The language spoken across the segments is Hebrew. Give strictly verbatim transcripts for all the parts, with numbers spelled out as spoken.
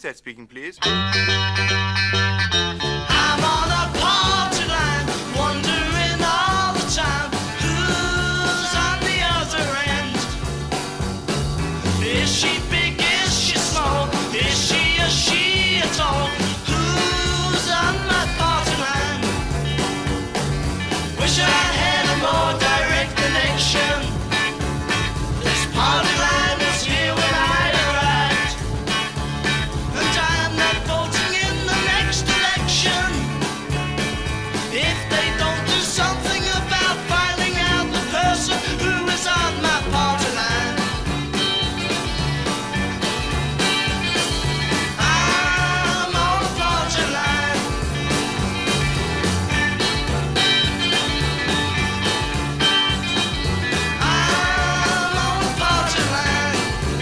that speaking, please? I'm on a party line, wondering all the time who's on the other end. Is she big, is she small, is she a she at all? Who's on my party line? Wish I had a more direct connection. This party line was here when I arrived, and I'm not voting in the next election if they don't do something about finding out the person who is on my party line. I'm on a party line. I'm on a party line.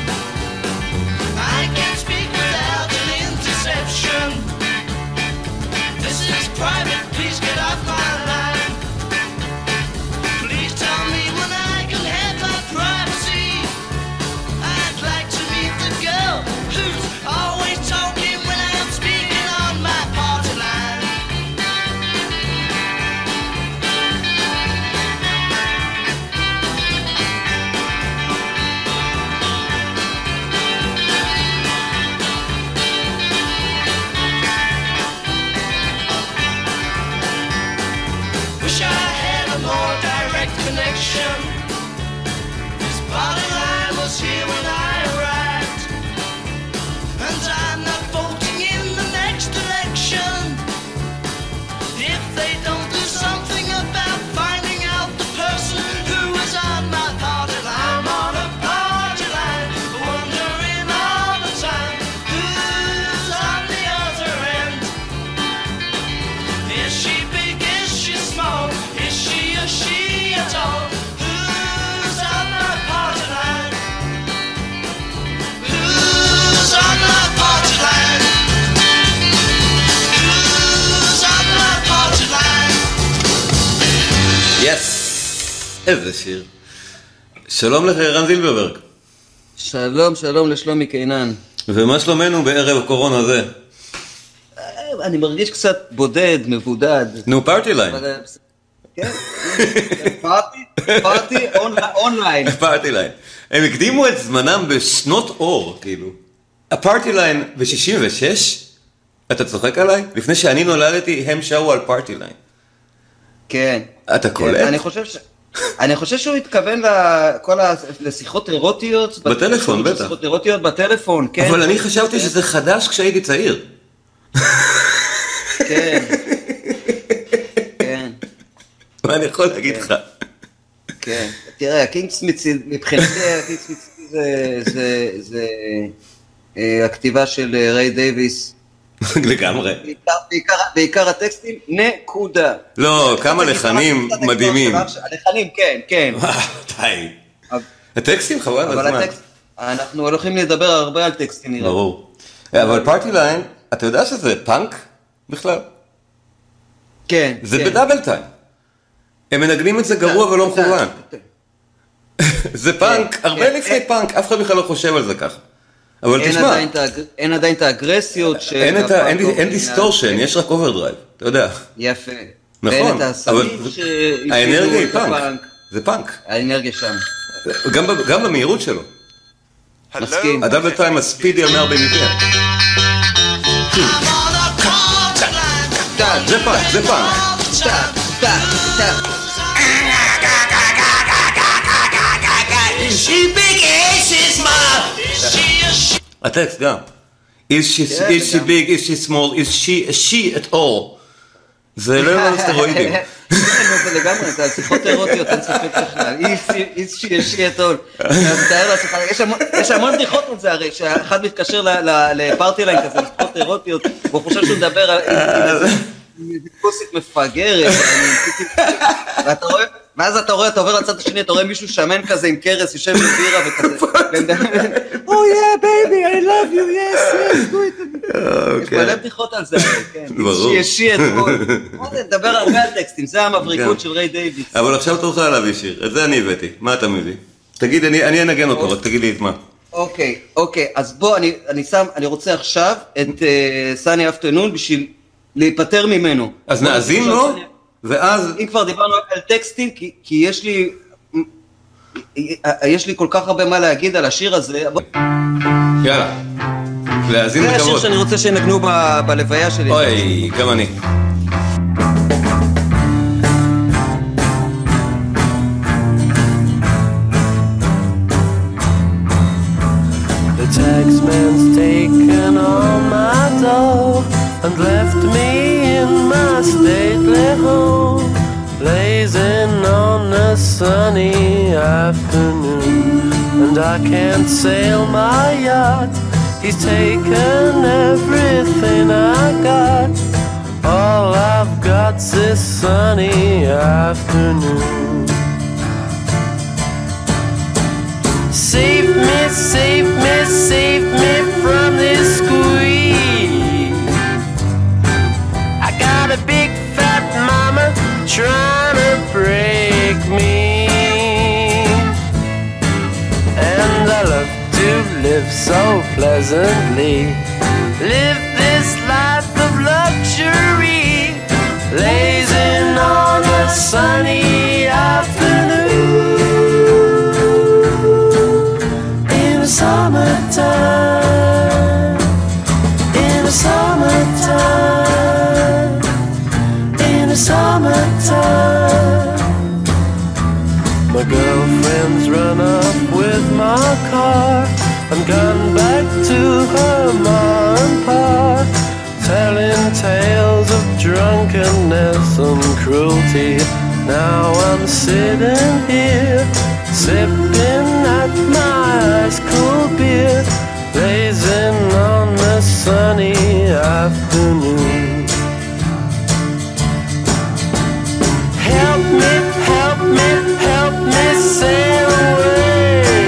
I can't speak without an interception. This is private, please get off my line. Please tell me when I can have my privacy. I'd like to meet the girl who's always talking when I'm speaking on my party line. Wish I had a more direct connection. This party line was here when I arrived, and I'm not voting in the next election if they don't do something about finding out the person who is on my party line. I'm on a party line, wondering all the time who's on the other end. Is she big, is she small, is she a she at all? Who's on my party line? Who's on my party line? Who's on my party line? יס! איזה שיר. שלום לך, רן זילברברג. שלום, שלום לשלומי קינן. ומה שלומנו בערב הקורונה הזה? אני מרגיש קצת בודד, מבודד. נו, פארטי ליין. אבל, כן, פארטי, פארטי אונליין. פארטי ליין. הם הקדימו את זמנם בשנות אור, כאילו. הפארטי ליין ב-שישים ושש? אתה צוחק עליי? לפני שאני נולדתי, הם שרו על פארטי ליין. כן. אתה קולט? אני חושב ש... אני חושב שהוא התכוון לכל ה... לשיחות אירוטיות. בטלפון, בטח. לשיחות אירוטיות בטלפון, כן. אבל אני חשבתי שזה חדש כשהייתי צעיר. כן. כן. מה אני יכול להגיד לך? כן. תראה, הקינגסמית, מבחינתי הקינגסמית זה, זה, זה הכתיבה של ריי דייוויס. לגמרי. בעיקר, בעיקר הטקסטים, נקודה. לא, כמה לחנים מדהימים. לחנים, כן, כן. די. הטקסטים חבל הזמן. אנחנו הולכים לדבר הרבה על טקסטים, נראה. ברור. אבל פארטי ליין, אתה יודע שזה פאנק בכלל? כן. זה בדאבל טיים. הם מנגנים את זה גרוע ולא מכוון. זה פאנק, הרבה לפני פאנק, אף אחד בכלל לא חושב על זה ככה. אבל תשמע. אין עדיין את האגרסיות. אין דיסטורשן, יש רק אוברדרייב, אתה יודע. יפה. נכון, אבל האנרגיה היא פאנק. זה פאנק. האנרגיה שם. גם במהירות שלו. מסכים. הדאבל טיים הספידי על מאה וארבעים מטר. זה פאנק, זה פאנק. הטקסט גם. Is she big, is she small, is she a she at all? זה לא על סטרואידים. זה לגמרי, זה על שיחות אירוטיות, אין ספק בכלל. Is she a she at all? יש המון בדיחות על זה הרי, שאחד מתקשר לפארטי ליין כזה, לשיחות אירוטיות, והוא חושב שהוא מדבר על איזה כוסית מפגרת, ואתה רואה, ואז אתה רואה, אתה עובר לצד השני, אתה רואה מישהו שמן כזה עם קרס, יושב בבירה וכזה. Oh yeah, baby, I love you, yes, yes, do it. יש מלא בדיחות על זה, כן. ברור. ישי אתמול. נדבר הרבה על טקסטים, זה המבריקות של ריי דייוויס. אבל עכשיו תורך להביא שיר, את זה אני הבאתי. מה אתה מביא? תגיד, אני אנגן אותו, רק תגיד לי את מה. אוקיי, אוקיי, אז בוא, אני, אני שם, אני רוצה עכשיו את סני אפטרנון בשביל להיפטר ממנו. אז נאזין לו, ואז... אם כבר דיברנו על טקסטים, כי, כי יש לי, יש לי כל כך הרבה מה להגיד על השיר הזה. יאללה, להאזין בכבוד. זה השיר שאני רוצה שנגנו ב, בלוויה שלי. אוי, גם אני. Taxman's taken all my dough and left me in my stately home, blazing on a sunny afternoon. And I can't sail my yacht, he's taken everything I got. All I've got's this sunny afternoon. Save me, save me, save me from this squeeze. I got a big fat mama trying to break me. And I love to live so pleasantly, live this life of luxury, blazing on a sunny afternoon. Summertime, in the summertime, in the summertime. My girlfriend's run off with my car and gone back to her mom and pa, telling tales of drunkenness and cruelty. Now I'm sitting here, sipping at my ice cold beer, blazing on a sunny afternoon. Help me, help me, help me sail away.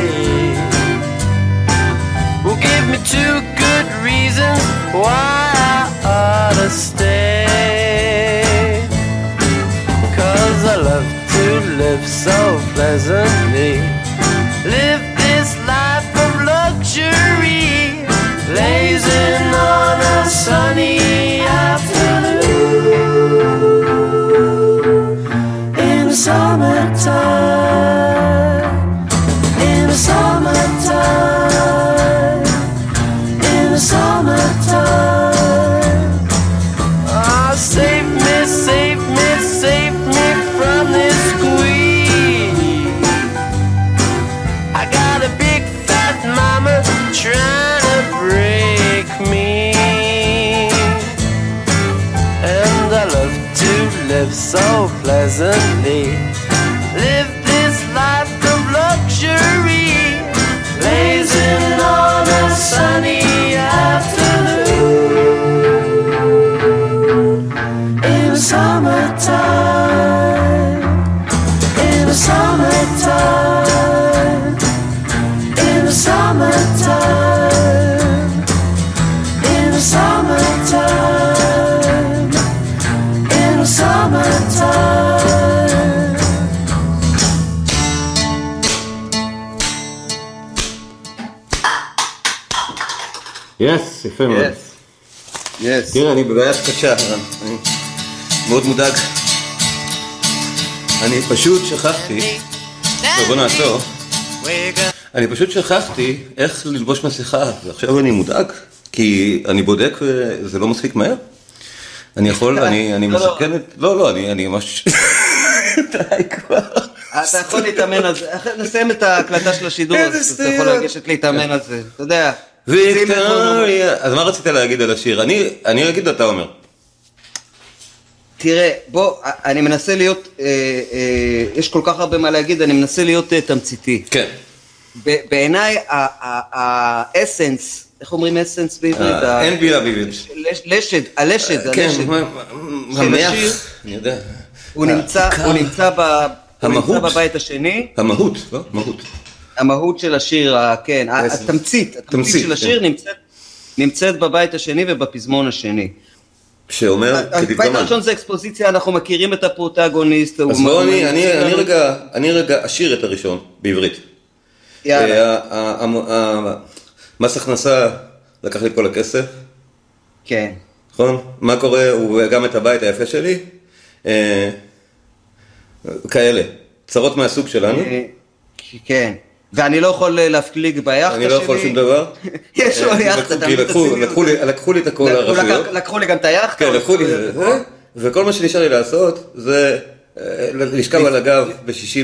Well, give me two good reasons why I ought to stay. 'Cause I love to live so pleasantly, live this life of luxury, blazing on a sunny afternoon. In the summertime, in the summertime, in the summertime. Oh, save me, save me, save me from this squeeze. I got a big fat mama trying to break me, and I love to live so pleasantly, live this life of luxury, blazing on a sunny afternoon. In the summertime, in the summertime, in the summertime, in the summertime, in the summertime. יס, יפה מאוד. יס. תראה, אני בבעיית קשה, אני מאוד מודאג. אני פשוט שכחתי, בוא נעצור, אני פשוט שכחתי איך ללבוש מסכה, ועכשיו אני מודאג, כי אני בודק וזה לא מספיק מהר. אני יכול, אני מסכן את... לא, לא, אני ממש... די כבר. אתה יכול להתאמן על זה, נסיים את ההקלטה של השידור, אז אתה יכול לגשת להתאמן על זה, אתה יודע. ויקטוריה, אז מה רצית להגיד על השיר? אני אגיד, אתה אומר. תראה, בוא, אני מנסה להיות, יש כל כך הרבה מה להגיד, אני מנסה להיות תמציתי. כן. בעיניי, האסנס, איך אומרים אסנס בעברית? אין בילה בעברית. לשד, הלשד, כן, הלשד. המח, אני יודע. הוא נמצא בבית השני. המהות, לא? מהות. המהות של השיר, כן, התמצית, התמצית של השיר נמצאת בבית השני ובפזמון השני. שאומר, הבית הראשון זה אקספוזיציה, אנחנו מכירים את הפרוטגוניסט. אז בואו, אני רגע אשיר את הראשון בעברית. יאללה. מס הכנסה לקח לי כל הכסף. כן. נכון? מה קורה? הוא גם את הבית היפה שלי. כאלה. צרות מהסוג שלנו. כן. ואני לא יכול להפליג ביחדה שלי. אני לא יכול שום דבר. יש לו יחדה, תמיד לקחו לי את הכל הרשויות. לקחו לי גם את היחדה. כן, לקחו לי את זה. וכל מה שנשאר לי לעשות זה לשכב על הגב בשישי,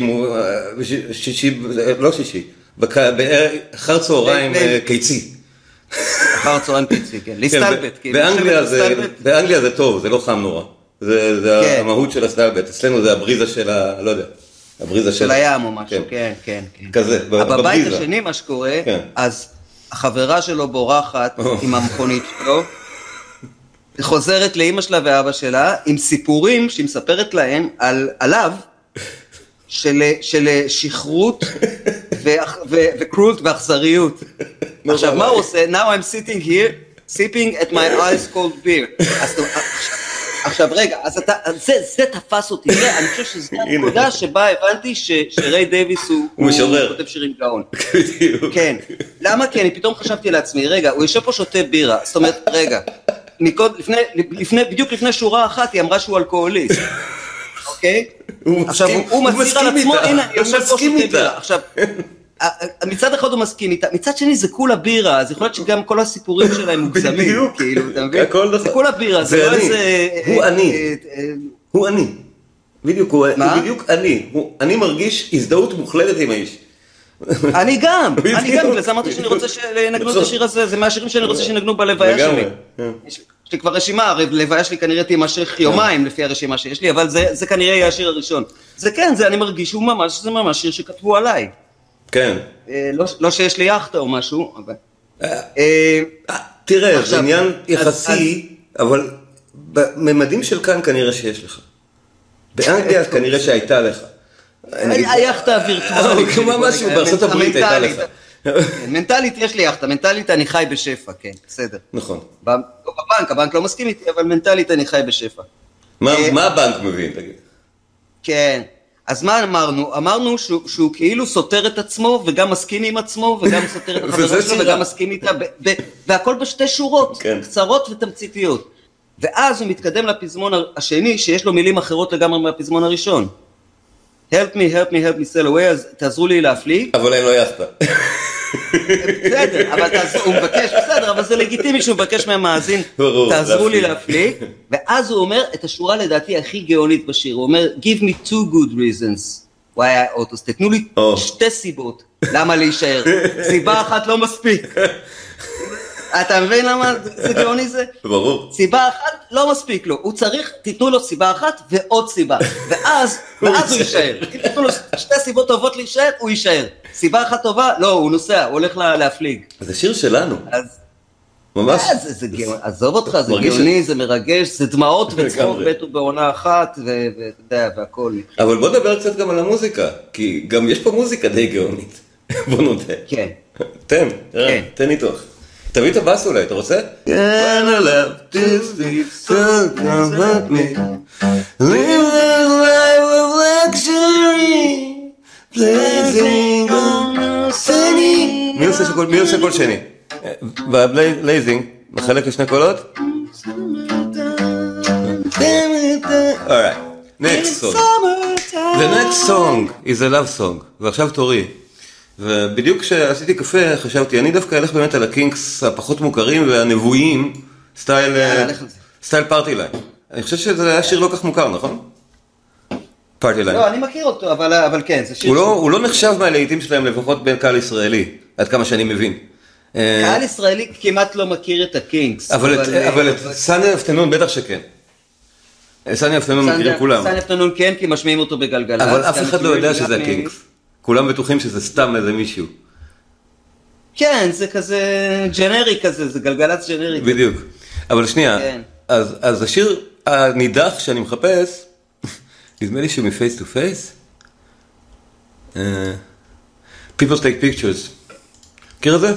לא שישי, אחר צהריים קיצי. אחר צהריים קיצי, כן. להסתלבט. באנגליה זה טוב, זה לא חם נורא. זה המהות של הסתלבט. אצלנו זה הבריזה של ה... לא יודע. הבריזה של הים או משהו, כן, כן. כזה, בבריזה. בבית השני מה שקורה, אז החברה שלו בורחת עם המכונית שלו, חוזרת לאמא שלה ואבא שלה, עם סיפורים שהיא מספרת להם עליו, של שכרות וקרוט ואכזריות. עכשיו, מה הוא עושה? Now I'm sitting here, sipping at my ice cold beer. עכשיו רגע, אז אתה, זה, זה תפס אותי, זה, אני חושב שזו הנקודה שבה הבנתי שריי דייוויס הוא כותב שירים גאון. כן, למה? כי אני פתאום חשבתי לעצמי, רגע, הוא יושב פה שותה בירה, זאת אומרת, רגע, בדיוק לפני שורה אחת היא אמרה שהוא אלכוהוליסט, אוקיי? עכשיו, הוא מצהיר על עצמו, הנה, אני יושב פה שותה בירה, עכשיו, מצד אחד הוא מסכים איתה, מצד שני זה כולה בירה, אז יכול להיות שגם כל הסיפורים שלהם מוגזמים, כאילו, אתה מבין? זה כולה בירה, זה לא איזה... הוא אני, הוא אני, בדיוק, הוא בדיוק אני, אני מרגיש הזדהות מוחלטת עם האיש. אני גם, אני גם, וזה אמרתי שאני רוצה לנגנו את השיר הזה, זה מהשירים שאני רוצה שנגנו בלוויה שלי. יש לי כבר רשימה, הרי לוויה שלי כנראה תימשך יומיים לפי הרשימה שיש לי, אבל זה כנראה יהיה השיר הראשון. זה כן, זה אני מרגיש שהוא ממש, זה ממש שיר שכתבו עליי. כן. לא שיש לי יחדה או משהו, אבל... תראה, זה עניין יחסי, אבל בממדים של כאן כנראה שיש לך. באנגליה כנראה שהייתה לך. היחדה הווירטואלית. כמו משהו, בארצות הברית הייתה לך. מנטלית יש לי יחדה, מנטלית אני חי בשפע, כן, בסדר. נכון. בבנק, הבנק לא מסכים איתי, אבל מנטלית אני חי בשפע. מה הבנק מבין, תגיד? כן. אז מה אמרנו? אמרנו שהוא, שהוא כאילו סותר את עצמו וגם מסכים עם עצמו וגם סותר את החברה שלו וגם מסכים איתה, ב- ב- והכל בשתי שורות, כן. קצרות ותמציתיות. ואז הוא מתקדם לפזמון השני שיש לו מילים אחרות לגמרי מהפזמון הראשון. Help me, help me, help me, sell away, אז תעזרו לי להפליג. אבל אין לו יחדה. בסדר, אבל הוא מבקש, בסדר, אבל זה לגיטימי שהוא מבקש מהמאזין, תעזרו לי להפליג, ואז הוא אומר את השורה לדעתי הכי גאונית בשיר, הוא אומר, give me two good reasons why I ought to stay, תנו לי שתי סיבות, למה להישאר, סיבה אחת לא מספיק, אתה מבין למה זה גאוני זה? ברור. סיבה אחת לא מספיק לו, הוא צריך, תיתנו לו סיבה אחת ועוד סיבה, ואז, ואז הוא יישאר, אם תיתנו לו שתי סיבות טובות להישאר, הוא יישאר, סיבה אחת טובה, לא, הוא נוסע, הוא הולך להפליג. זה שיר שלנו. אז... ממש. זה גאוני, עזוב אותך, זה גאוני, זה מרגש, זה דמעות וצחוק בטו בעונה אחת, ואתה יודע, והכל. אבל בוא נדבר קצת גם על המוזיקה, כי גם יש פה מוזיקה די גאונית, בוא נודה. כן. תן, תן ניתוח. תביא את הבאס אולי, אתה רוצה? Can I love this deep so comfort me Live this life of luxury Blazing on sunny מי עושה קול שני? בבלייזינג, מחלק לשני קולות? Alright, next song The next song is a love song ועכשיו תורי ובדיוק כשעשיתי קפה חשבתי, אני דווקא אלך באמת על הקינקס הפחות מוכרים והנבואים, סטייל, סטייל פארטי ליין. אני חושב שזה היה שיר לא כך מוכר, נכון? פארטי ליין. לא, אני מכיר אותו, אבל, אבל כן, זה שיר... הוא לא, הוא לא נחשב מהלהיטים שלהם לפחות בין קהל ישראלי, עד כמה שאני מבין. קהל ישראלי כמעט לא מכיר את הקינקס. אבל את סאני אפטנון בטח שכן. סאני אפטנון מכירים כולם. סאני אפטנון כן, כי משמיעים אותו בגלגלצ. אבל אף אחד לא יודע שזה הקינקס. כולם בטוחים שזה סתם איזה מישהו. כן, זה כזה ג'נרי כזה, זה גלגלצ ג'נרי. בדיוק. אבל שנייה, אז, אז השיר הנידח שאני מחפש, נדמה לי שהוא מ-face to face. Uh, People take pictures. מכיר את זה?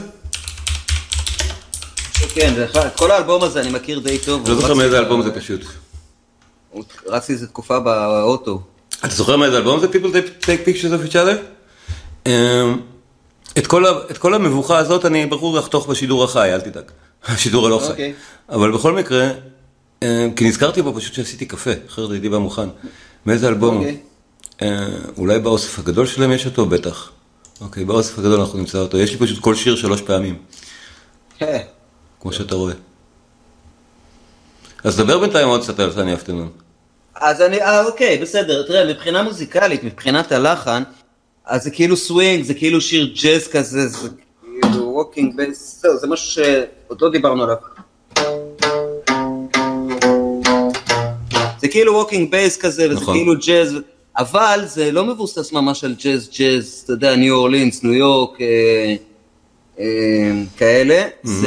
כן, כל האלבום הזה אני מכיר די טוב. לא זוכר מאיזה אלבום זה פשוט. רצתי איזו תקופה באוטו. אתה זוכר מאיזה אלבום זה People take pictures of each other? את כל, את כל המבוכה הזאת אני ברור לחתוך בשידור החי, אל תדאג. השידור הלא חי. אבל בכל מקרה, כי נזכרתי בו פשוט שעשיתי קפה, אחרת הייתי בה מוכן. מאיזה אלבום? אולי באוסף הגדול שלהם יש אותו, בטח. אוקיי, באוסף הגדול אנחנו נמצא אותו. יש לי פשוט כל שיר שלוש פעמים. כמו שאתה רואה. אז דבר בינתיים עוד קצת על סני אפטרנון. אז אני, אה, אוקיי, בסדר. תראה, מבחינה מוזיקלית, מבחינת הלחן, אז זה כאילו סווינג, זה כאילו שיר ג'אז כזה, זה כאילו ווקינג בייס, זהו, זה משהו שעוד לא דיברנו עליו. זה כאילו ווקינג בייס כזה, וזה כאילו ג'אז, אבל זה לא מבוסס ממש על ג'אז, ג'אז, אתה יודע, ניו אורלינס, ניו יורק, כאלה.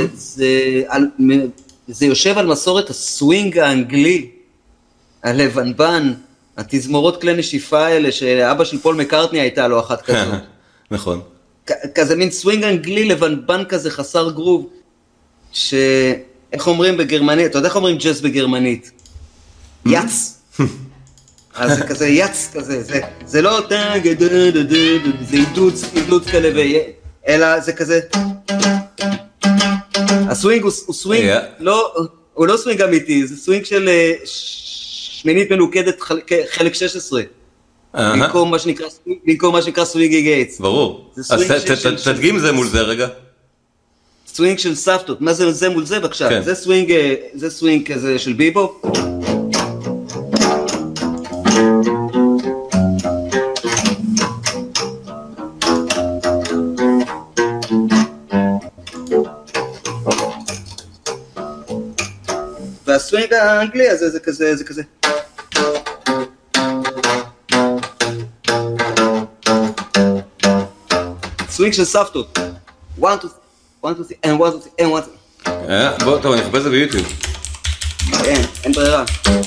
זה יושב על מסורת הסווינג האנגלי, הלבנבן, התזמורות כלי נשיפה האלה, שאבא של פול מקארטני הייתה לו אחת כזאת. נכון. כזה מין סווינג אנגלי, לבנבן כזה, חסר גרוב, שאיך אומרים בגרמנית, אתה יודע איך אומרים ג'אז בגרמנית? יץ. אז זה כזה יץ כזה, זה לא זה עידוץ, עידוץ כאלה, אלא זה כזה, הסווינג הוא סווינג, הוא לא סווינג אמיתי, זה סווינג של שמינית מנוקדת חלק שש עשרה, במקום מה שנקרא סווינגי גייטס. ברור, אז תדגים זה מול זה רגע. סווינג של סבתות, מה זה זה מול זה בבקשה? זה סווינג, זה סווינג כזה של ביבופ. והסווינג האנגלי הזה זה כזה, זה כזה. סווינג של סבתות. one, two, one, two, three, and one, two, three, and one, two. בוא, טוב, אני אחפש זה ביוטיוב. אין, אין ברירה.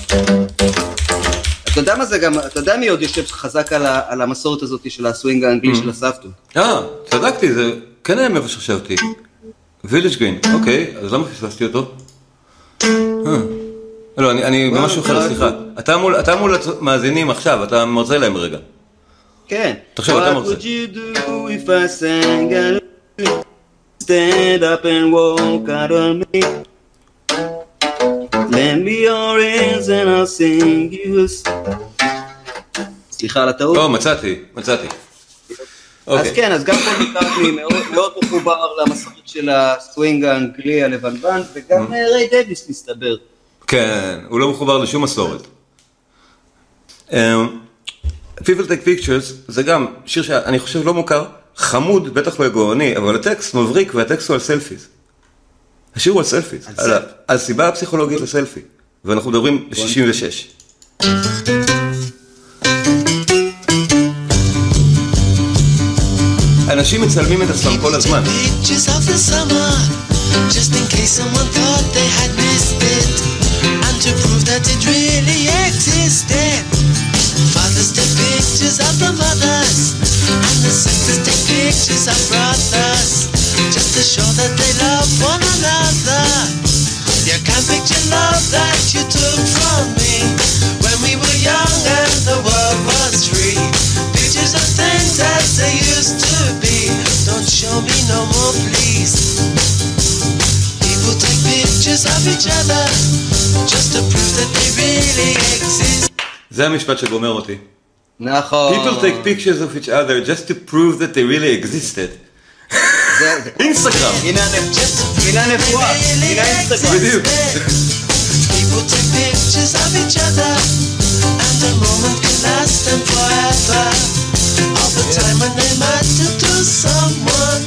אתה יודע מה זה גם, אתה יודע מי עוד יושב חזק על המסורת הזאת של הסווינג האנגלי של הסבתות? אה, צדקתי, זה כן היה מאיפה שחשבתי. וילג' גרין, אוקיי, אז למה פספסתי אותו? לא, אני במשהו אחר, סליחה. אתה מול המאזינים עכשיו, אתה מרצה להם רגע. כן. תחשב, אתה מרצה. What would you do if I sang a stand up and walk out on me? Lend me your hands and I'll sing you a... סליחה על הטעות. לא, מצאתי, מצאתי. אז כן, אז גם פול מקארטני מאוד מחובר למסורת של הסווינג האנגלי הלבנבן, וגם ריי דייוויס מסתבר. כן, הוא לא מחובר לשום מסורת. People Take Pictures זה גם שיר שאני חושב לא מוכר, חמוד, בטח לא גאוני, אבל הטקסט מבריק והטקסט הוא על סלפיז. השיר הוא על סלפיז, על סיבה הפסיכולוגית לסלפי, ואנחנו מדברים ב-שישים ושש. אנשים מצלמים את עצמם כל הזמן. Just in case someone thought they had missed it, and to prove that it really existed. Fathers take pictures of the mothers, and the sisters take pictures of brothers, just to show that they love one another. You can't picture love that you took from me when we were young and the world was free. Pictures of things as they used to be. Don't show me no more, please. People take pictures of each other just to prove that they really exist. זה המשפט שגומר אותי. נכון. People take pictures of each other just to prove that they really existed. אינסטגרם. מילה נבואה. מילה אינסטגרם. בדיוק. People take pictures of each other and the moment can last them forever. All the time when they matter to someone.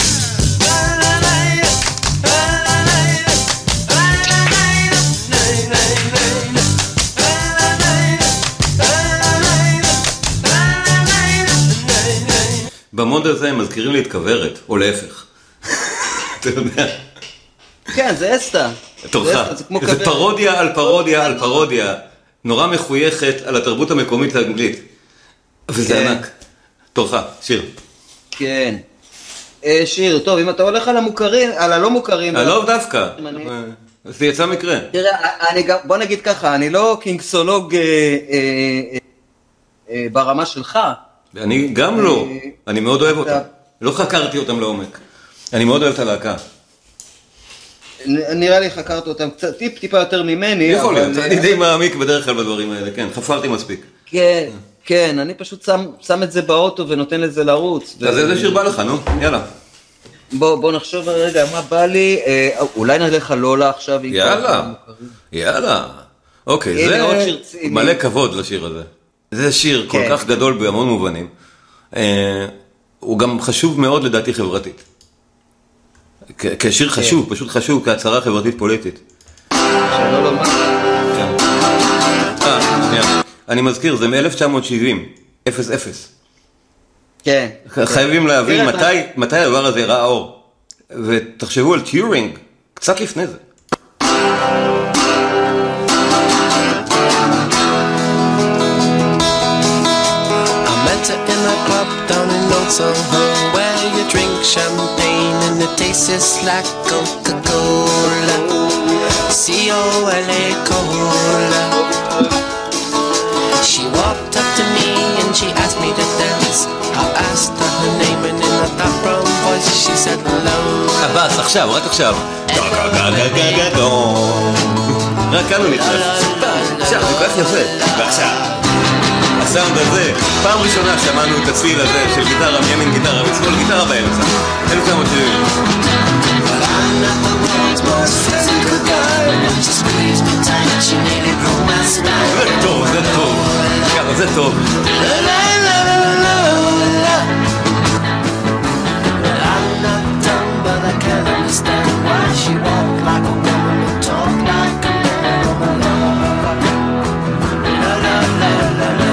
במוד הזה הם מזכירים לי את כברת, או להפך. אתה יודע. כן, זה אסטה. תורך. זה פרודיה על פרודיה על פרודיה. נורא מחויכת על התרבות המקומית האנגלית. וזה ענק. תורך, שיר. כן. שיר, טוב, אם אתה הולך על המוכרים, על הלא מוכרים. הלא דווקא. זה יצא מקרה. תראה, בוא נגיד ככה, אני לא קינגסולוג ברמה שלך. אני גם לא, אני מאוד אוהב אותה. לא חקרתי אותם לעומק. אני מאוד אוהב את הלהקה. נראה לי חקרת אותם קצת, טיפ טיפה יותר ממני. יכול להיות, אני די מעמיק בדרך כלל בדברים האלה, כן, חפרתי מספיק. כן, כן, אני פשוט שם, שם את זה באוטו ונותן לזה לרוץ. אז איזה שיר בא לך, נו, יאללה. בוא, בוא נחשוב רגע, מה בא לי, אה, אולי נלך על לולה עכשיו. יאללה, יאללה. אוקיי, זה מלא כבוד לשיר הזה. זה שיר כל כך גדול בהמון מובנים. הוא גם חשוב מאוד לדעתי חברתית. כשיר חשוב, פשוט חשוב, כהצהרה חברתית פוליטית. שלא לומר. אה, שנייה. אני מזכיר, זה מ-אלף תשע מאות שבעים, אפס אפס. כן. חייבים להבין מתי הדבר הזה ראה אור. ותחשבו על טיורינג, קצת לפני זה. Soho, where you drink champagne and it tastes like Coca-Cola, C O L A Cola. She walked up to me and she asked me to dance. I asked her her name and in a dark brown voice she said hello. הבאס, עכשיו, רק עכשיו. רק כאן הוא נכנס. עכשיו, זה כל כך יפה. ועכשיו. הסאונד הזה, פעם ראשונה שמענו את הצליל הזה של גיטרה מימין גיטרה ושמאל גיטרה באמצע, אלף תשע מאות שבעים. זה טוב, זה טוב, ככה, זה טוב. I'm not dumb but I can't understand why she walked like a woman and talked like a man. La la la la la.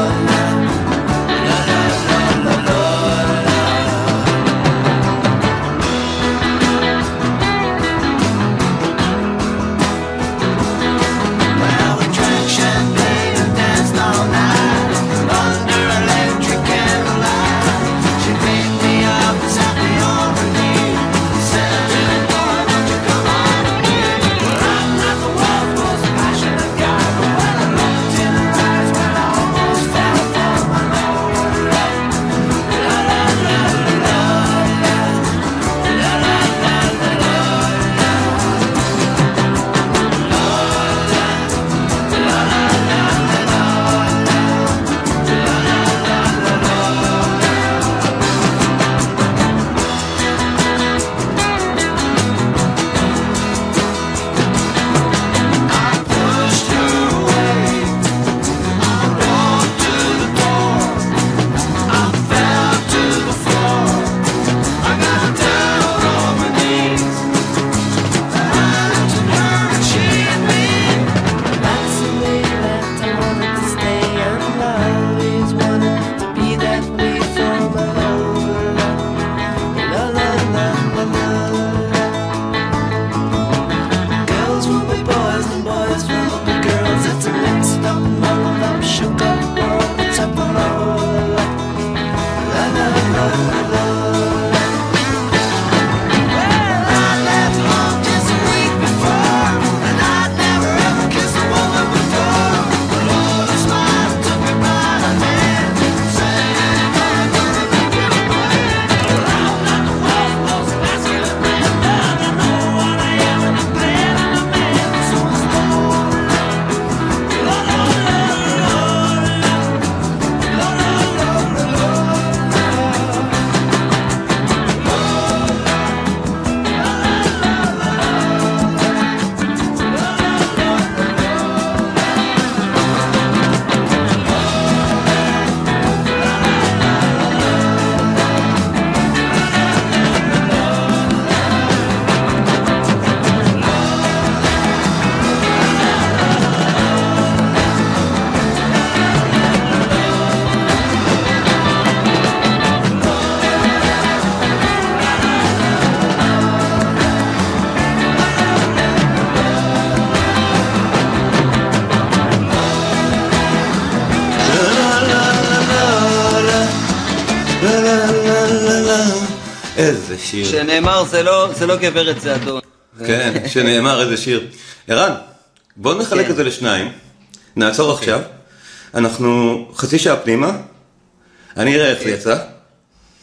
איזה שיר. שנאמר זה לא, זה לא גברת, זה אדון. כן, שנאמר איזה שיר. ערן, בואו נחלק את זה לשניים. נעצור עכשיו. אנחנו חצי שעה פנימה. אני אראה איך זה יצא.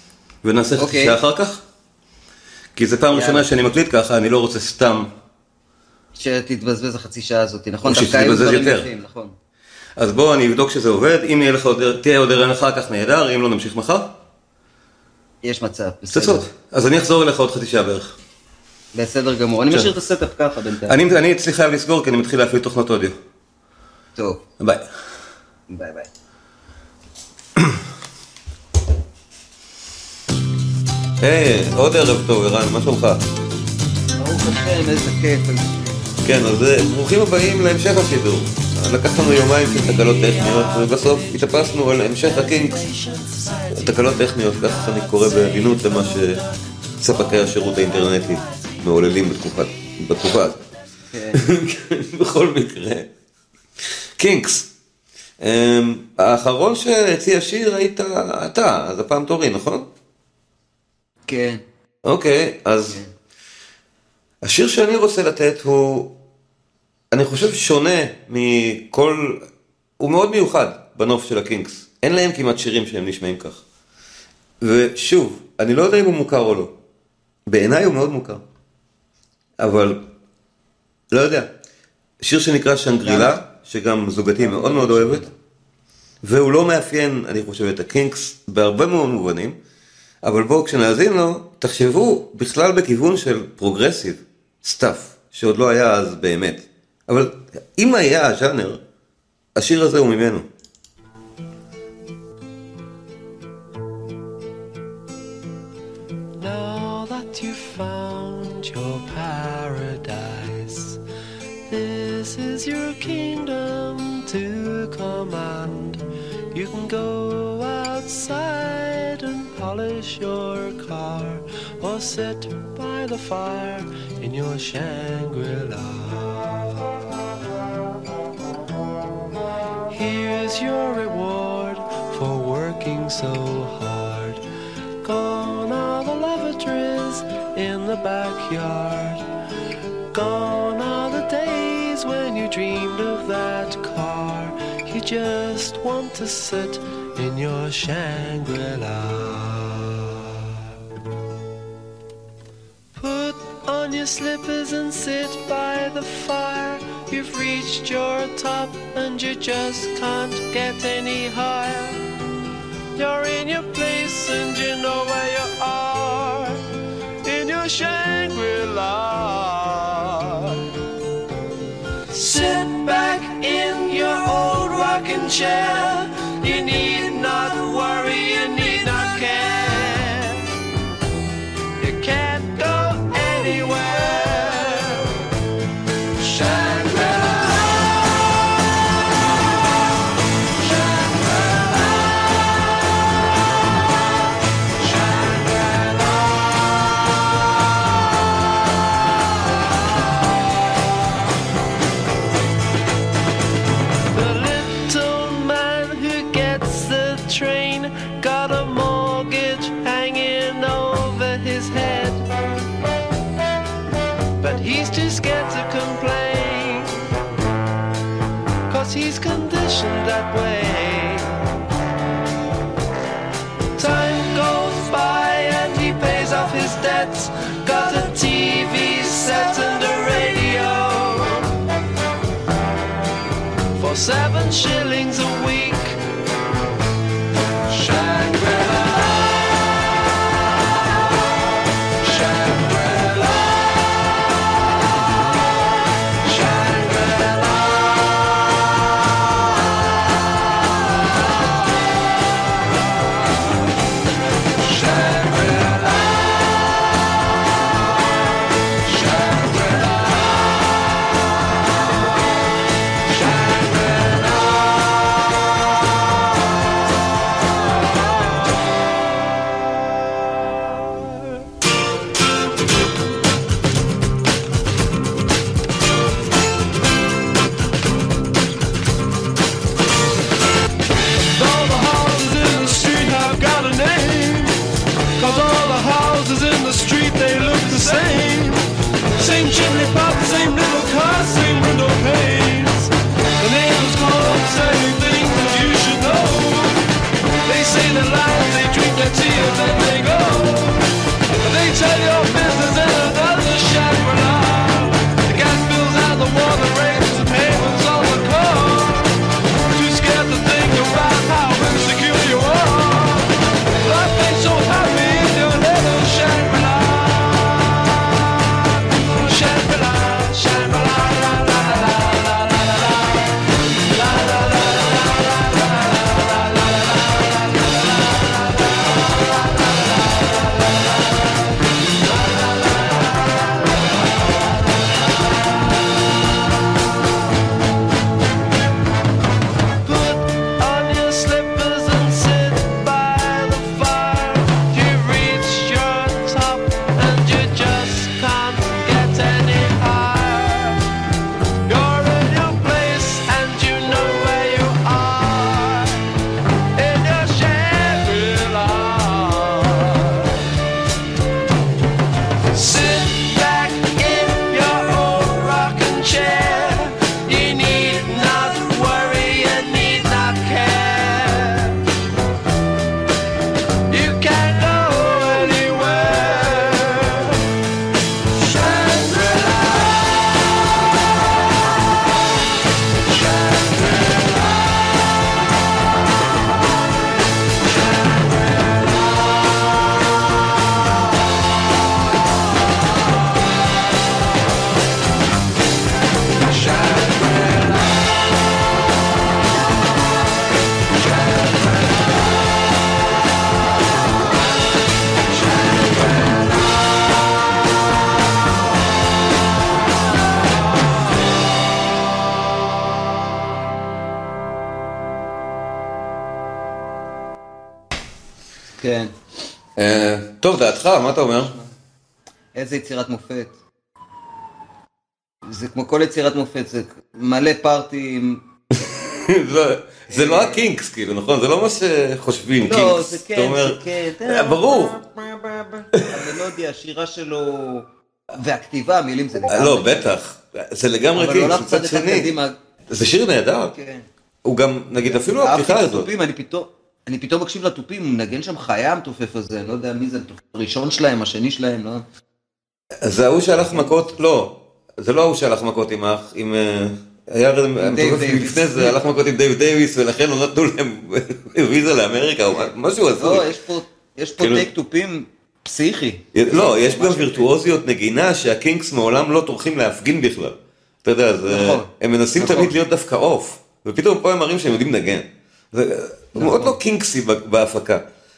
ונעשה חצי אוקיי. שעה אחר כך? כי זו פעם ראשונה שאני מקליט ככה, אני לא רוצה סתם. שתתבזבז החצי שעה הזאת, נכון? או דווקא היו שתתבזבז דברים יותר. יפים, נכון. אז בוא אני אבדוק שזה עובד, אם יהיה לך עוד, תהיה עוד ערן אחר כך נהדר, אם לא נמשיך מחר. יש מצב, בסדר. פצצות. אז אני אחזור אליך עוד חצי שעה בערך. בסדר גמור, אני משאיר את הסטאפ ככה בינתיים. אני, אני אצלי חייב לסגור כי אני מתחיל להפעיל תוכנות אודיו. טוב. ביי. ביי ביי. היי, עוד ערב טוב ערן, מה שלומך? ברוך השם, איזה כיף. כן, אז ברוכים הבאים להמשך השידור. לקח לנו יומיים של תקלות טכניות, ובסוף התאפסנו על המשך הקינקס. תקלות טכניות, כך אני קורא בעדינות למה שספקי השירות האינטרנטי מעוללים בתקופה, בתקופה הזאת. בכל מקרה. קינקס. האחרון שהציע שיר היית אתה, אז הפעם תורי, נכון? כן. אוקיי, אז השיר שאני רוצה לתת הוא, אני חושב שונה מכל, הוא מאוד מיוחד בנוף של הקינקס. אין להם כמעט שירים שהם נשמעים כך. ושוב, אני לא יודע אם הוא מוכר או לא. בעיניי הוא מאוד מוכר. אבל, לא יודע. שיר שנקרא שנגרילה, שגם זוגתי מאוד מאוד אוהבת, והוא לא מאפיין, אני חושב, את הקינקס בהרבה מאוד מובנים, אבל בואו, כשנאזין לו, תחשבו בכלל בכיוון של פרוגרסיב, סטאפ, שעוד לא היה אז באמת. אבל אם היה הז'אנר, השיר הזה הוא ממנו. Now that you found your paradise, this is your kingdom to command. You can go outside and polish your car, or sit by the fire in your Shangri-La. Here's your reward for working so hard. Gone are the lavatories in the backyard. Gone are the days when you dreamed of that car. You just want to sit in your Shangri-La. Put on your slippers and sit by the fire. You've reached your top and you just can't get any higher. You're in your place and you know where you are, in your Shangri-La. Sit back in your old rocking chair. You need not worry, you need not care. You can't go anywhere. Shangri-La, Shangri-La, Shangri-La. The little man who gets the train got a mortgage hanging over his head, but he's too scared to complain, 'cause he's conditioned that way. Time goes by and he pays off his debts, got a T V set and a radio for seven shillings a week. Shangri-La, Shangri-La, Shangri-La. Shangri-La, Shangri-La, Shangri-La. כן. טוב, דעתך, מה אתה אומר? איזה יצירת מופת. זה כמו כל יצירת מופת, זה מלא פארטים. זה לא הקינקס, כאילו, נכון? זה לא מה שחושבים, קינקס. לא, זה כן, זה כן. ברור. המלודיה, השירה שלו, והכתיבה, המילים זה לגמרי. לא, בטח. זה לגמרי קינקס, אבל הוא הולך צד אחד קדימה. זה שיר נהדר. הוא גם, נגיד, אפילו הפתיחה הזאת. אני פתאום מקשיב לטופים, הוא מנגן שם חיה המתופף הזה, אני לא יודע מי זה, הראשון שלהם, השני שלהם, לא? זה ההוא שהלך מכות, לא, זה לא ההוא שהלך מכות עם אח, עם... היה לפני זה, הלך מכות עם דייב דייביס, ולכן לא נתנו להם ויזה לאמריקה, או משהו הזוי. לא, יש פה טייק טופים פסיכי. לא, יש גם וירטואוזיות נגינה שהקינקס מעולם לא טורחים להפגין בכלל. אתה יודע, הם מנסים תמיד להיות דווקא אוף, ופתאום פה הם מראים שהם יודעים נגן. זה מאוד לא קינקסי בהפקה.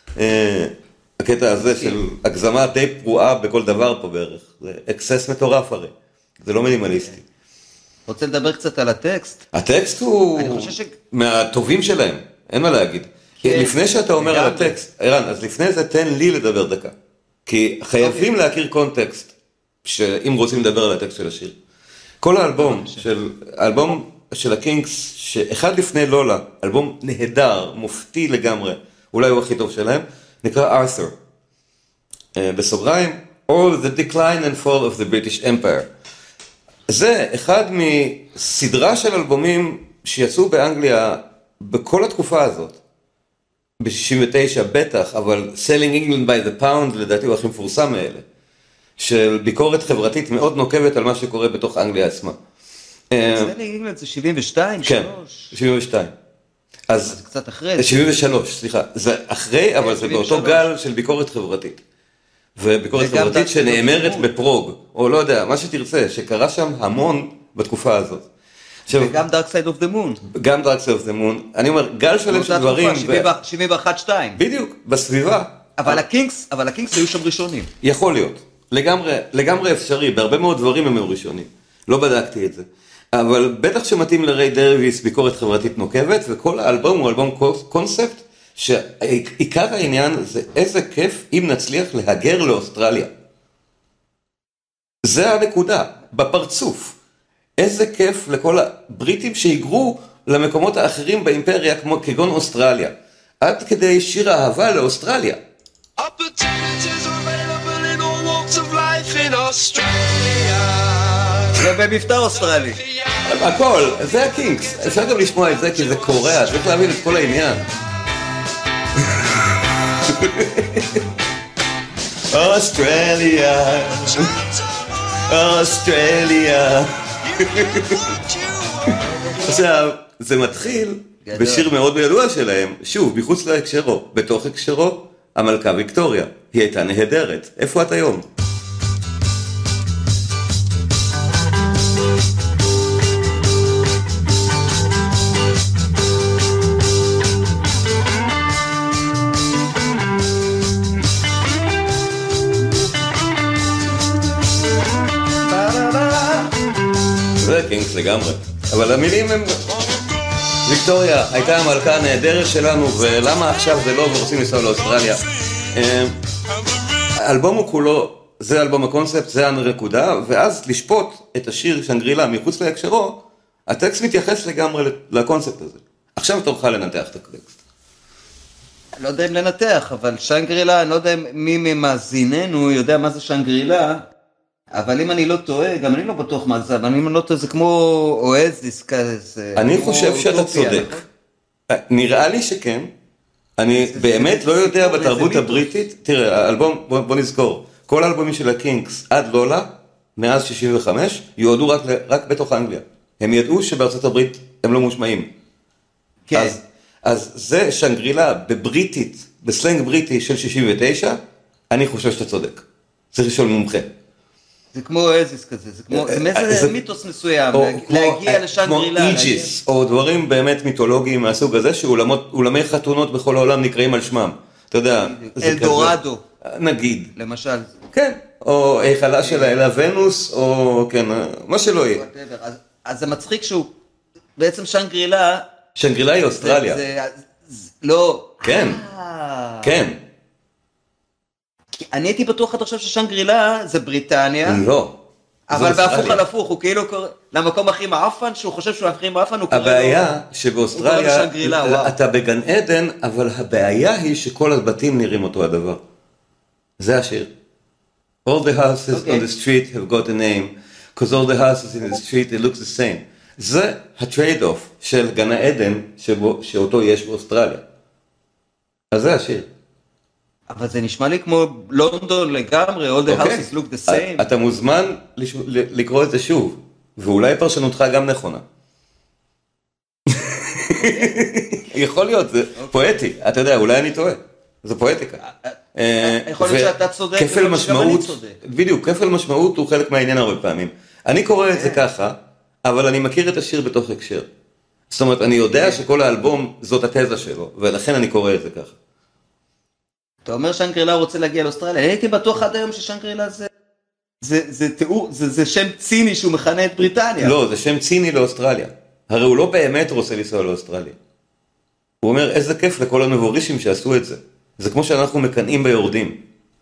הקטע הזה של הגזמה די פרועה בכל דבר פה בערך. זה אקסס מטורף הרי. זה לא מינימליסטי. רוצה לדבר קצת על הטקסט? הטקסט הוא מהטובים שלהם, אין מה להגיד. לפני שאתה אומר על הטקסט, ערן, אז לפני זה תן לי לדבר דקה. כי חייבים להכיר קונטקסט, שאם רוצים לדבר על הטקסט של השיר. כל האלבום של, האלבום של הקינקס, שאחד לפני לולה, אלבום נהדר, מופתי לגמרי, אולי הוא הכי טוב שלהם, נקרא Arthur. בסוגריים, All the Decline and Fall of the British Empire. זה אחד מסדרה של אלבומים שיצאו באנגליה בכל התקופה הזאת. ב-שישים ותשע בטח, אבל Selling England by the Pound לדעתי הוא הכי מפורסם מאלה. של ביקורת חברתית מאוד נוקבת על מה שקורה בתוך אנגליה עצמה. Selling England זה שבעים ושתיים, כן, שבעים ושתיים. אז קצת אחרי. שבעים ושלוש, סליחה. זה אחרי, אבל זה באותו גל של ביקורת חברתית. וביקורת חברתית שנאמרת בפרוג, או לא יודע, מה שתרצה, שקרה שם המון בתקופה הזאת. וגם Dark Side of the Moon. גם Dark Side of the Moon. אני אומר, גל שלם של דברים. שבעים ואחת שתיים. בדיוק, בסביבה. אבל הקינקס, אבל הקינקס היו שם ראשונים. יכול להיות. לגמרי, לגמרי אפשרי. בהרבה מאוד דברים הם היו ראשונים. לא בדקתי את זה. אבל בטח שמתאים לריי דרוויס ביקורת חברתית נוקבת, וכל האלבום הוא אלבום קונספט, שעיקר העניין זה איזה כיף אם נצליח להגר לאוסטרליה. זה הנקודה, בפרצוף. איזה כיף לכל הבריטים שהיגרו למקומות האחרים באימפריה, כמו כגון אוסטרליה. עד כדי שיר אהבה לאוסטרליה. זה במבטא אוסטרלי. הכל, זה הקינקס. אפשר גם לשמוע את זה כי זה קורע, צריך להבין את כל העניין. אוסטרליה, אוסטרליה. עכשיו, זה מתחיל בשיר מאוד ידוע שלהם, שוב, מחוץ להקשרו, בתוך הקשרו, המלכה ויקטוריה. היא הייתה נהדרת. איפה את היום? זה קינקס לגמרי, אבל המילים הם... ויקטוריה הייתה המלכה הנהדרת שלנו, ולמה עכשיו זה לא ורוצים לנסוע לאוסטרליה? האלבום הוא כולו, זה אלבום הקונספט, זה הנקודה, ואז לשפוט את השיר שנגרילה מחוץ להקשרו, הטקסט מתייחס לגמרי לקונספט הזה. עכשיו תורך לנתח את הטקסט. לא יודע אם לנתח, אבל שנגרילה, אני לא יודע מי ממאזיננו יודע מה זה שנגרילה, אבל אם אני לא טועה, גם אני לא בטוח מה זה, אבל אם אני לא טועה, זה כמו אואזיס כזה. אני חושב שאתה צודק. נראה לי שכן. אני באמת לא יודע בתרבות הבריטית. תראה, האלבום, בוא נזכור, כל האלבומים של הקינקס עד לולה, מאז שישים וחמש, יועדו רק בתוך אנגליה. הם ידעו שבארצות הברית הם לא מושמעים. כן. אז זה שנגרילה בבריטית, בסלנג בריטי של שישים ותשע, אני חושב שאתה צודק. צריך לשאול מומחה. זה כמו אואזיס כזה, זה כמו, זה מיתוס מסוים, להגיע לשנגרילה. כמו איג'יס, או דברים באמת מיתולוגיים מהסוג הזה, שאולמי חתונות בכל העולם נקראים על שמם. אתה יודע, אלדורדו. נגיד. למשל. כן, או היכלה של האלה ונוס, או כן, מה שלא יהיה. אז זה מצחיק שהוא, בעצם שנגרילה... שנגרילה היא אוסטרליה. לא. כן, כן. אני הייתי בטוח עד עכשיו ששנגרילה זה בריטניה. לא. אבל בהפוך על הפוך, הוא כאילו קורא למקום הכי מעפן, שהוא חושב שהוא הכי מעפן, הוא קורא לו... הבעיה שבאוסטרליה, אתה בגן עדן, אבל הבעיה היא שכל הבתים נראים אותו הדבר. זה השיר. All the houses on the street have got a name, because all the houses in the street, it looks the same. זה הטרייד-אוף של גן העדן, שאותו יש באוסטרליה. אז זה השיר. אבל זה נשמע לי כמו לונדון לגמרי, all the houses look the same. אתה מוזמן לקרוא את זה שוב, ואולי פרשנותך גם נכונה. יכול להיות, זה פואטי, אתה יודע, אולי אני טועה, זה פואטיקה. יכול להיות שאתה צודק, כפל משמעות, בדיוק, כפל משמעות הוא חלק מהעניין הרבה פעמים. אני קורא את זה ככה, אבל אני מכיר את השיר בתוך הקשר. זאת אומרת, אני יודע שכל האלבום זאת התזה שלו, ולכן אני קורא את זה ככה. אתה אומר שנגרילה רוצה להגיע לאוסטרליה, אני הייתי בטוח עד היום ששנגרילה זה, זה, זה תיאור, זה, זה שם ציני שהוא מכנה את בריטניה. לא, זה שם ציני לאוסטרליה. הרי הוא לא באמת רוצה לנסוע לאוסטרליה. הוא אומר, איזה כיף לכל הנבורישים שעשו את זה. זה כמו שאנחנו מקנאים ביורדים.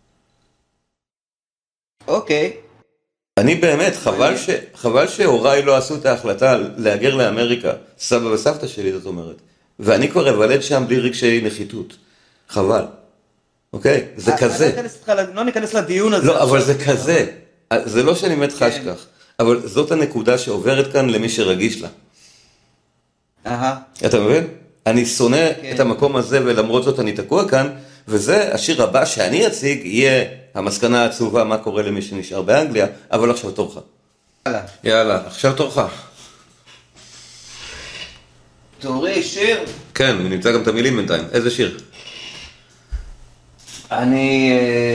אוקיי. אני באמת, חבל, ש, חבל שהוריי לא עשו את ההחלטה להגר לאמריקה, סבא וסבתא שלי, זאת אומרת. ואני כבר אבלד שם בלי רגשי נחיתות. חבל. אוקיי? זה כזה. לא ניכנס לדיון הזה. לא, אבל זה כזה. זה לא שאני מת חש כך. אבל זאת הנקודה שעוברת כאן למי שרגיש לה. אהה. אתה מבין? אני שונא את המקום הזה, ולמרות זאת אני תקוע כאן, וזה השיר הבא שאני אציג, יהיה המסקנה העצובה, מה קורה למי שנשאר באנגליה, אבל עכשיו תורך. יאללה. יאללה, עכשיו תורך. תורי, שיר? כן, אני נמצא גם את המילים בינתיים. איזה שיר? אני...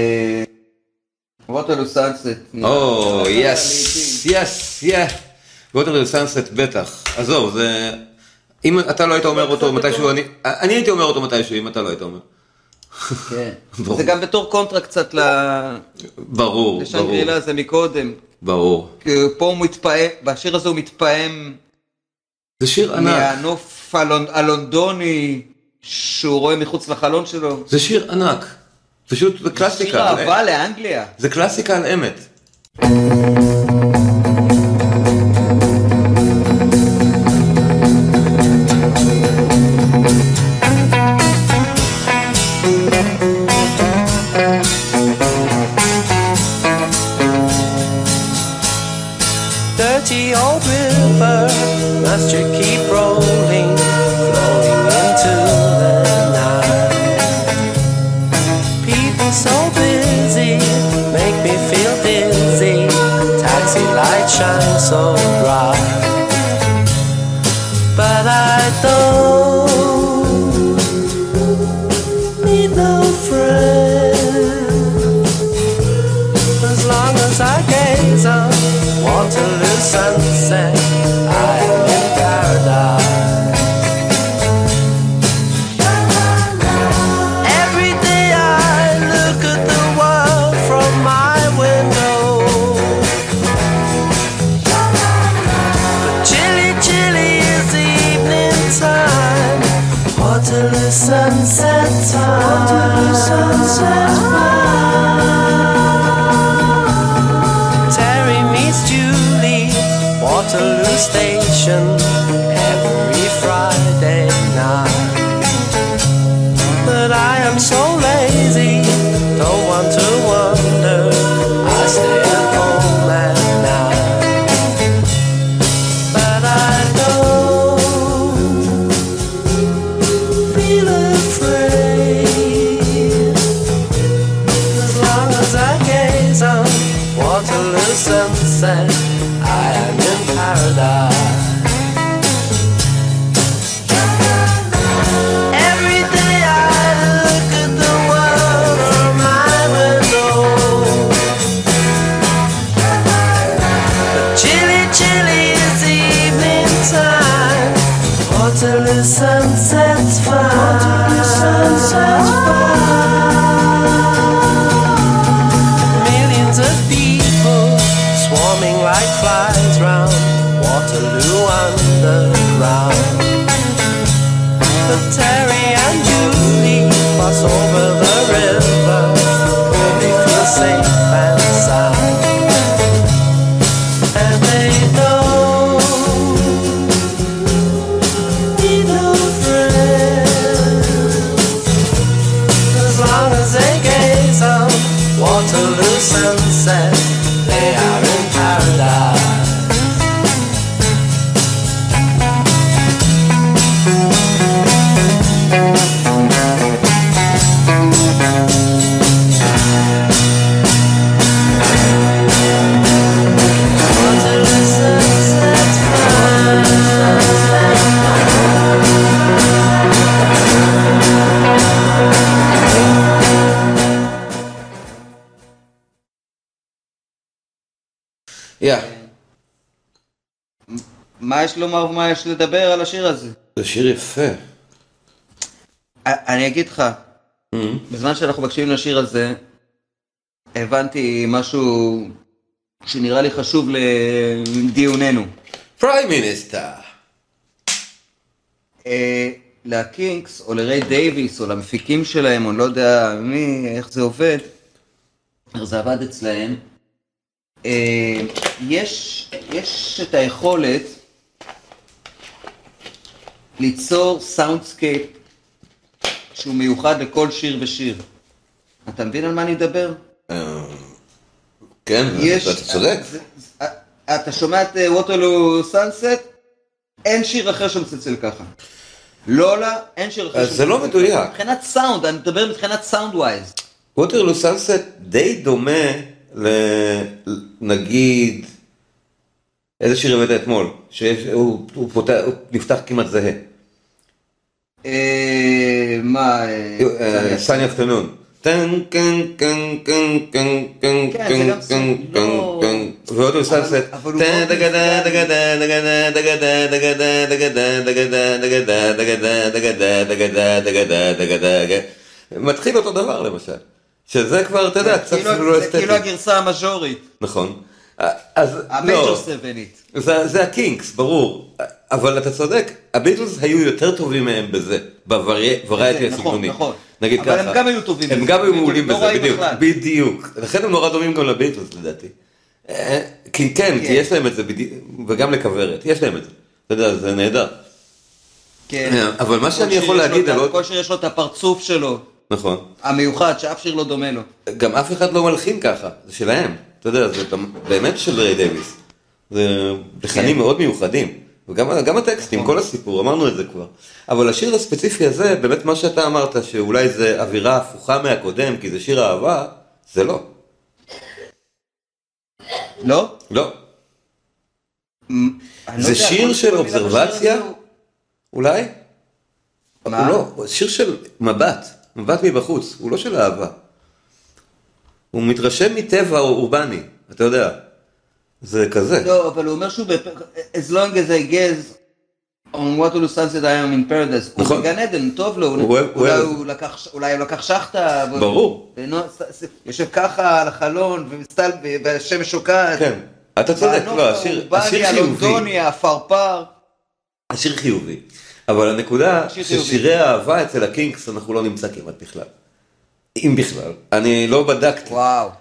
ווטרלו סאנסט. או, יס, יס, יס. ווטרלו סאנסט בטח. עזוב, זה... אם אתה לא היית אומר אותו מתישהו, אני... אני הייתי אומר אותו מתישהו, אם אתה לא היית אומר. כן. זה גם בתור קונטרה קצת ל... ברור, ברור. לשנגרילה זה מקודם. ברור. כי פה הוא מתפעם, בשיר הזה הוא מתפעם... זה שיר ענק. מהנוף הלונדוני שהוא רואה מחוץ לחלון שלו. זה שיר ענק. פשוט זה קלאסיקה. שיר אהבה לאנגליה. זה קלאסיקה על אמת. Dirty old river, must you keep rolling, flowing into the night. People so busy, make me feel dizzy, taxi lights shine so bright. But I don't need no friend, as long as I gaze on Waterloo sunset, I am in paradise. Every day I look at the world from my window, but chilly, chilly is the evening time. Waterloo sunset time. Waterloo sunset time. Waterloo Station every Friday night. But I am so lazy, don't want to wander, I stay at home at night. But I don't feel afraid, as long as I gaze on Waterloo sunset, I am in paradise. Every day I look at the world from my window, but chilly, chilly is the evening time. Waterloo sunset's fine. Waterloo sunset's fine. Millions of people swarming like flies round Waterloo underground. But Terry and Julie cross over the river, we'll be יא. מה יש לומר ומה יש לדבר על השיר הזה? זה שיר יפה. אני אגיד לך, בזמן שאנחנו מקשיבים לשיר הזה, הבנתי משהו שנראה לי חשוב לדיוננו. פריים מיניסטר. לקינגס או לריי דייביס או למפיקים שלהם, או לא יודע מי, איך זה עובד, איך זה עבד אצלהם, יש, יש את היכולת ליצור סאונדסקייפ שהוא מיוחד לכל שיר ושיר. אתה מבין על מה אני מדבר? כן, אתה צודק. אתה שומע את ווטרלו סאנסט? אין שיר אחר שמצלצל ככה. לולה, אין שיר אחר שמצלצל ככה. זה לא מדויק. מבחינת סאונד, אני מדבר מבחינת סאונד ווייז. ווטרלו סאנסט די דומה לנגיד איזה שיר הבאת אתמול, שהוא נפתח כמעט זהה. מה? סני אפטרנון. טן קן קן קן קן קן קן קן קן ווטרלו סאנסט טן דגדה דגדה דגדה דגדה דגדה דגדה דגדה דגדה דגדה דגדה דגדה דגדה דגדה מתחיל אותו דבר למשל. שזה כבר, אתה יודע, קצת לא אסתטי. זה כאילו הגרסה המז'ורית. נכון. המייג'ור סבנית. זה הקינגס, ברור. אבל אתה צודק, הביטלס היו יותר טובים מהם בזה, בוורייטי הסגנוני. נכון, נכון. אבל הם גם היו טובים בזה. הם גם היו מעולים בזה, בדיוק. בדיוק. לכן הם נורא דומים גם לביטלס, לדעתי. כי כן, כי יש להם את זה, וגם לכוורת, יש להם את זה. אתה יודע, זה נהדר. כן. אבל מה שאני יכול להגיד... כל שיר יש לו את הפרצוף שלו. נכון. המיוחד, שאף שיר לא דומה לו. גם אף אחד לא מלחין ככה, זה שלהם. אתה יודע, זה באמת של ריי דייביס. זה לחנים מאוד מיוחדים. וגם הטקסטים, כל הסיפור, אמרנו את זה כבר. אבל השיר הספציפי הזה, באמת מה שאתה אמרת, שאולי זה אווירה הפוכה מהקודם, כי זה שיר אהבה, זה לא. לא? לא. זה שיר של אובזרבציה? אולי? מה? לא, שיר של מבט. מבט מבחוץ, הוא לא של אהבה. הוא מתרשם מטבע אורבני, אתה יודע. זה כזה. לא, אבל הוא אומר שהוא, as long as I guess on what will sunset I am in paradise, הוא בגן עדן, טוב לו, אולי הוא לקח שחטה, ברור. יושב ככה על החלון, והשמש שוקעת. כן, אתה צודק, לא, השיר חיובי. הלונדוני, הפרפר. השיר חיובי. אבל הנקודה ששירי האהבה אצל הקינגס אנחנו לא נמצא כמעט בכלל. אם בכלל. אני לא בדקתי. וואו.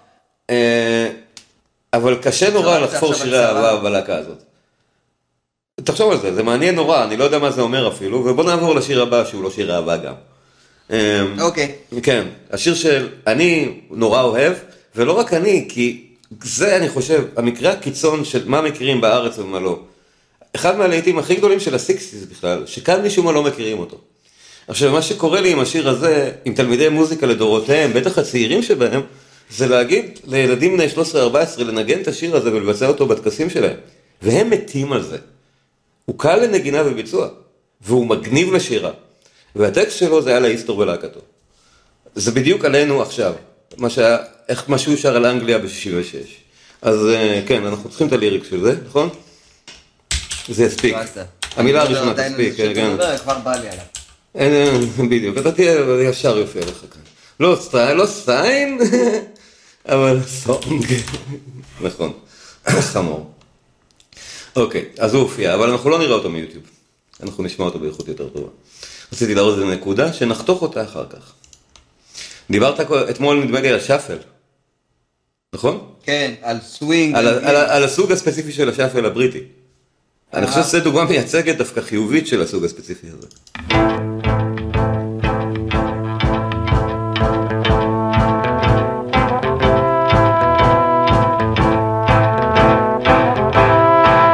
אבל קשה נורא לחפור שירי האהבה בלהקה הזאת. תחשוב על זה, זה מעניין נורא, אני לא יודע מה זה אומר אפילו, ובוא נעבור לשיר הבא שהוא לא שיר האהבה גם. אוקיי. כן, השיר של אני נורא אוהב, ולא רק אני, כי זה אני חושב, המקרה הקיצון של מה מכירים בארץ ומה לא. אחד מהלהיטים הכי גדולים של הסיקסטיז בכלל, שכאן משום מה לא מכירים אותו. עכשיו, מה שקורה לי עם השיר הזה, עם תלמידי מוזיקה לדורותיהם, בטח הצעירים שבהם, זה להגיד לילדים בני שלוש עשרה ארבע עשרה לנגן את השיר הזה ולבצע אותו בטקסים שלהם. והם מתים על זה. הוא קל לנגינה וביצוע, והוא מגניב לשירה. והטקסט שלו זה היה להיסטור בלהקתו. זה בדיוק עלינו עכשיו, מה שהיה, איך משהו שר על אנגליה ב-שישים ושש. אז כן, אנחנו צריכים את הליריק של זה, נכון? זה יספיק. המילה הראשונה תספיק, כן. כבר בא לי עליו. אין, בדיוק, אתה תהיה ישר יופי עליך כאן. לא סטיין, לא סטיין, אבל סונג. נכון, חמור. אוקיי, אז הוא הופיע, אבל אנחנו לא נראה אותו מיוטיוב. אנחנו נשמע אותו באיכות יותר טובה. רציתי להראות איזה נקודה שנחתוך אותה אחר כך. דיברת אתמול נדמה לי על שפל. נכון? כן, על סווינג. על הסוג הספציפי של השפל הבריטי. אני חושב שזה דוגמה מייצגת דווקא חיובית של הסוג הספציפי הזה.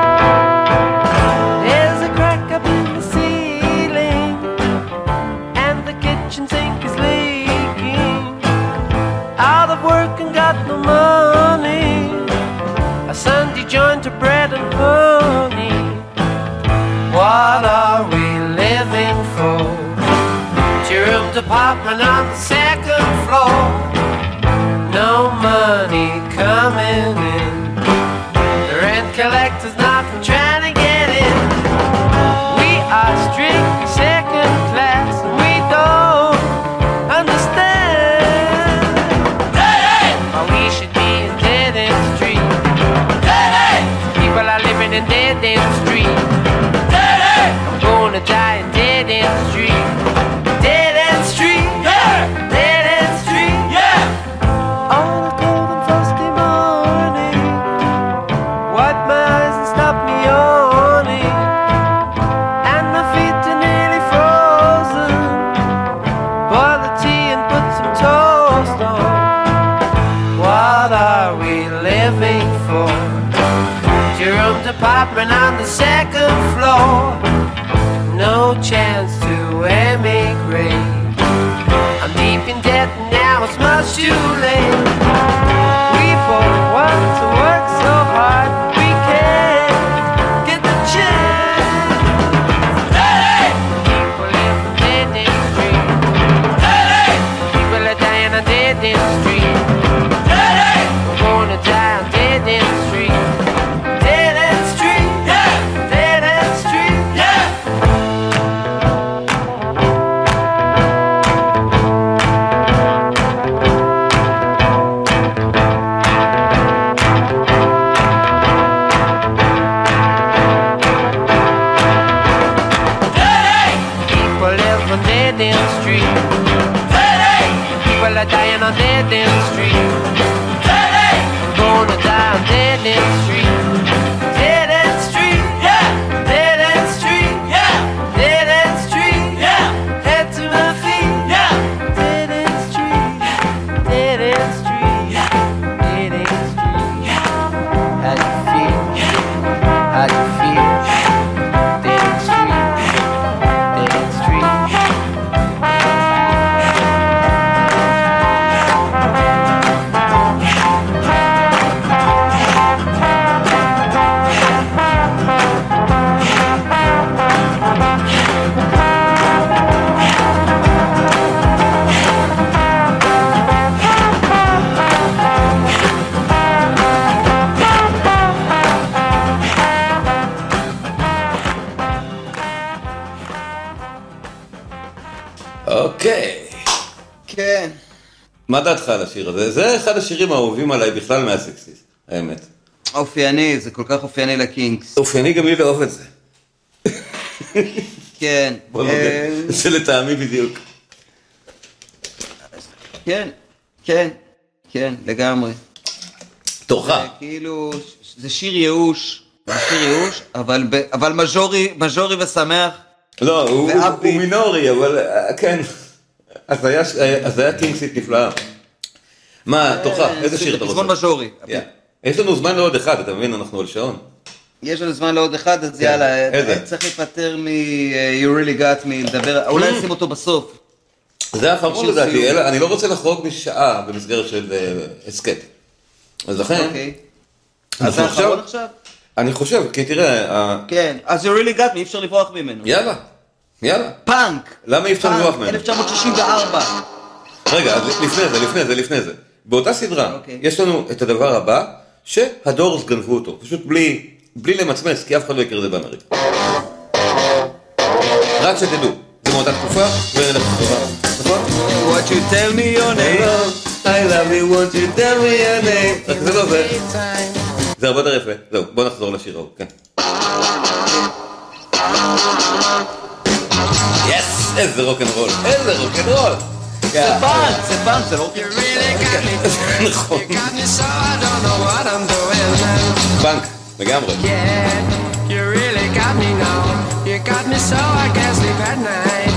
There's a crack up in the ceiling, and kitchen sink is leaking. Out of work and got no money. A Sunday joint of bread and honey. What are we living for? Two-room apartment on the second floor. No money coming in. The rent collector's not trying to get in. We are strictly second class and we don't understand. Hey, hey! Why we should be in dead-end street. Hey, hey! People are living in dead-end street. Hey, hey! I'm gonna die in dead-end street. Dead-end street, yeah! Dead-end street, yeah! On a cold and frosty morning, wipe my eyes and stop me yawning, and my feet are nearly frozen. Boil the tea and put some toast on. What are we living for? Two-room apartment on the second floor. No chance to emigrate. I'm deep in debt and now it's much too late. We both want to work so hard, but we can't get the chance. Hey! People live on dead-end street. Hey! People are dying on dead-end street. Hey! We're gonna die on dead-end street. Dead-end street, yeah! Dead-end street, yeah! People live on dead-end street. People are dying on dead-end street. I'm gonna die on dead-end street. Dead-end street, yeah. Dead-end street, yeah. Dead-end street, yeah. Head to my feet, yeah. Dead-end street, yeah. Dead-end street, yeah. Dead-end street, yeah. How you feel? How you feel? Dead-end street, dead-end street. אוקיי. כן. מה דעתך על השיר הזה? זה אחד השירים האהובים עליי בכלל מהסקסיס, האמת. אופייני, זה כל כך אופייני לקינגס. אופייני גם לי לאהוב את זה. כן. בוא נודה, זה לטעמי בדיוק. כן, כן, כן, לגמרי. תורך. זה כאילו, זה שיר ייאוש, זה שיר ייאוש, אבל, אבל מז'ורי, מז'ורי ושמח. לא, הוא, הוא, ואבי. הוא מינורי, אבל כן. אז היה, אז היה קינגסית נפלאה. מה, תורך, איזה שיר אתה רוצה? פזמון מז'ורי. Yeah. יש לנו זמן לעוד אחד, אתה מבין, אנחנו על שעון. יש לנו זמן לעוד אחד, אז יאללה, צריך להיפטר מ-You really got me, לדבר, אולי נשים אותו בסוף. זה האחרון לדעתי, אני לא רוצה לחרוג משעה במסגרת של הסקט. אז לכן... אוקיי. אז זה האחרון עכשיו? אני חושב, כי תראה... כן, אז You really got me, אי אפשר לברוח ממנו. יאללה, יאללה. פאנק! למה אי אפשר לברוח ממנו? אלף תשע מאות שישים וארבע. רגע, אז לפני זה, לפני זה, לפני זה. באותה סדרה, יש לנו את הדבר הבא, שהדורס גנבו אותו. פשוט בלי, בלי למצמץ, כי אף אחד לא יקר זה באמריקה. רק שתדעו, זה מאותה תקופה, ונלך תקופה, נכון? What you tell me your name. I love you, won't you tell me your name. רק זה לא זה. זה הרבה יותר יפה. זהו, בוא נחזור לשיר ההוא, כן. יס! איזה רוק'נ'רול, איזה רוק'נ'רול. זה פאנק, זה פאנק, זה לא נכון. פאנק, לגמרי. Yeah, you really got me now. You got me so I can't sleep at night.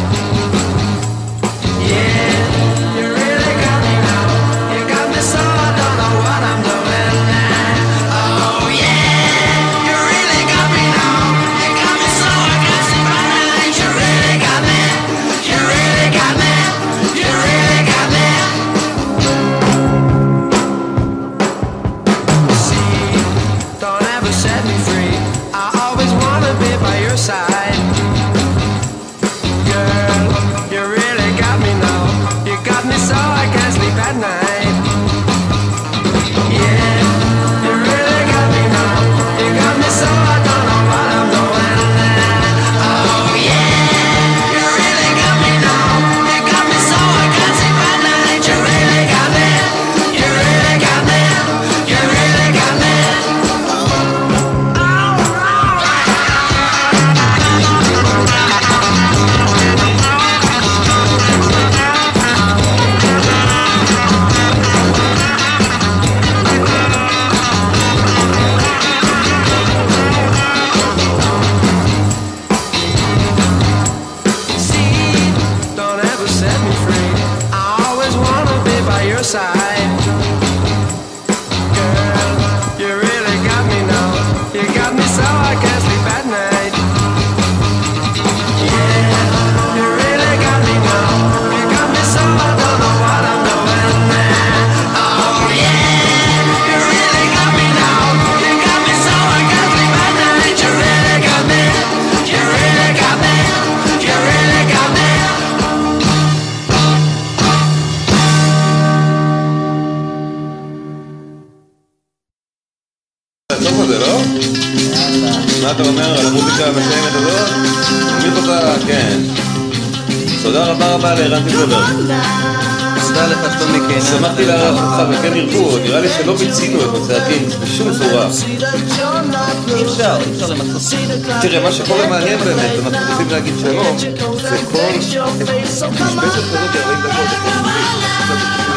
Yeah, you really got me now. You got me so I don't know what I'm doing now. Oh yeah, you really got me now. You got me so I can't sleep at night. You really got me. You really got me. got me now. You got me so I can't sleep at night. Yeah, you really got me now. You got me so I don't know what I'm doing. Oh yeah, you really got me now. You got me so I can't sleep at night. You really got me. You really got me. You really got me. Side. Girl, you really got me now. You got me so I can't sleep at night. Yeah, you really got me now. You got me so I don't know what I'm doing. Oh yeah, you really got me now. You got me so I can't sleep at night. You really got me. You really got me. You really got me. הסוף הזה, לא? מה אתה אומר על המוזיקה המסיימת הזאת? נמיד אותה, כן. תודה רבה רבה לערן טיזלברג. תודה לך תומי קיינה. שמחתי לארח אותך וכן ירבו, נראה לי שלא ביצינו את הצעדים בשום צורה. אי אפשר, אי אפשר למצוא. תראה, מה שקורה מעניין באמת, אנחנו רוצים להגיד שלום, זה כל משבצת כזאת ארבעים דקות,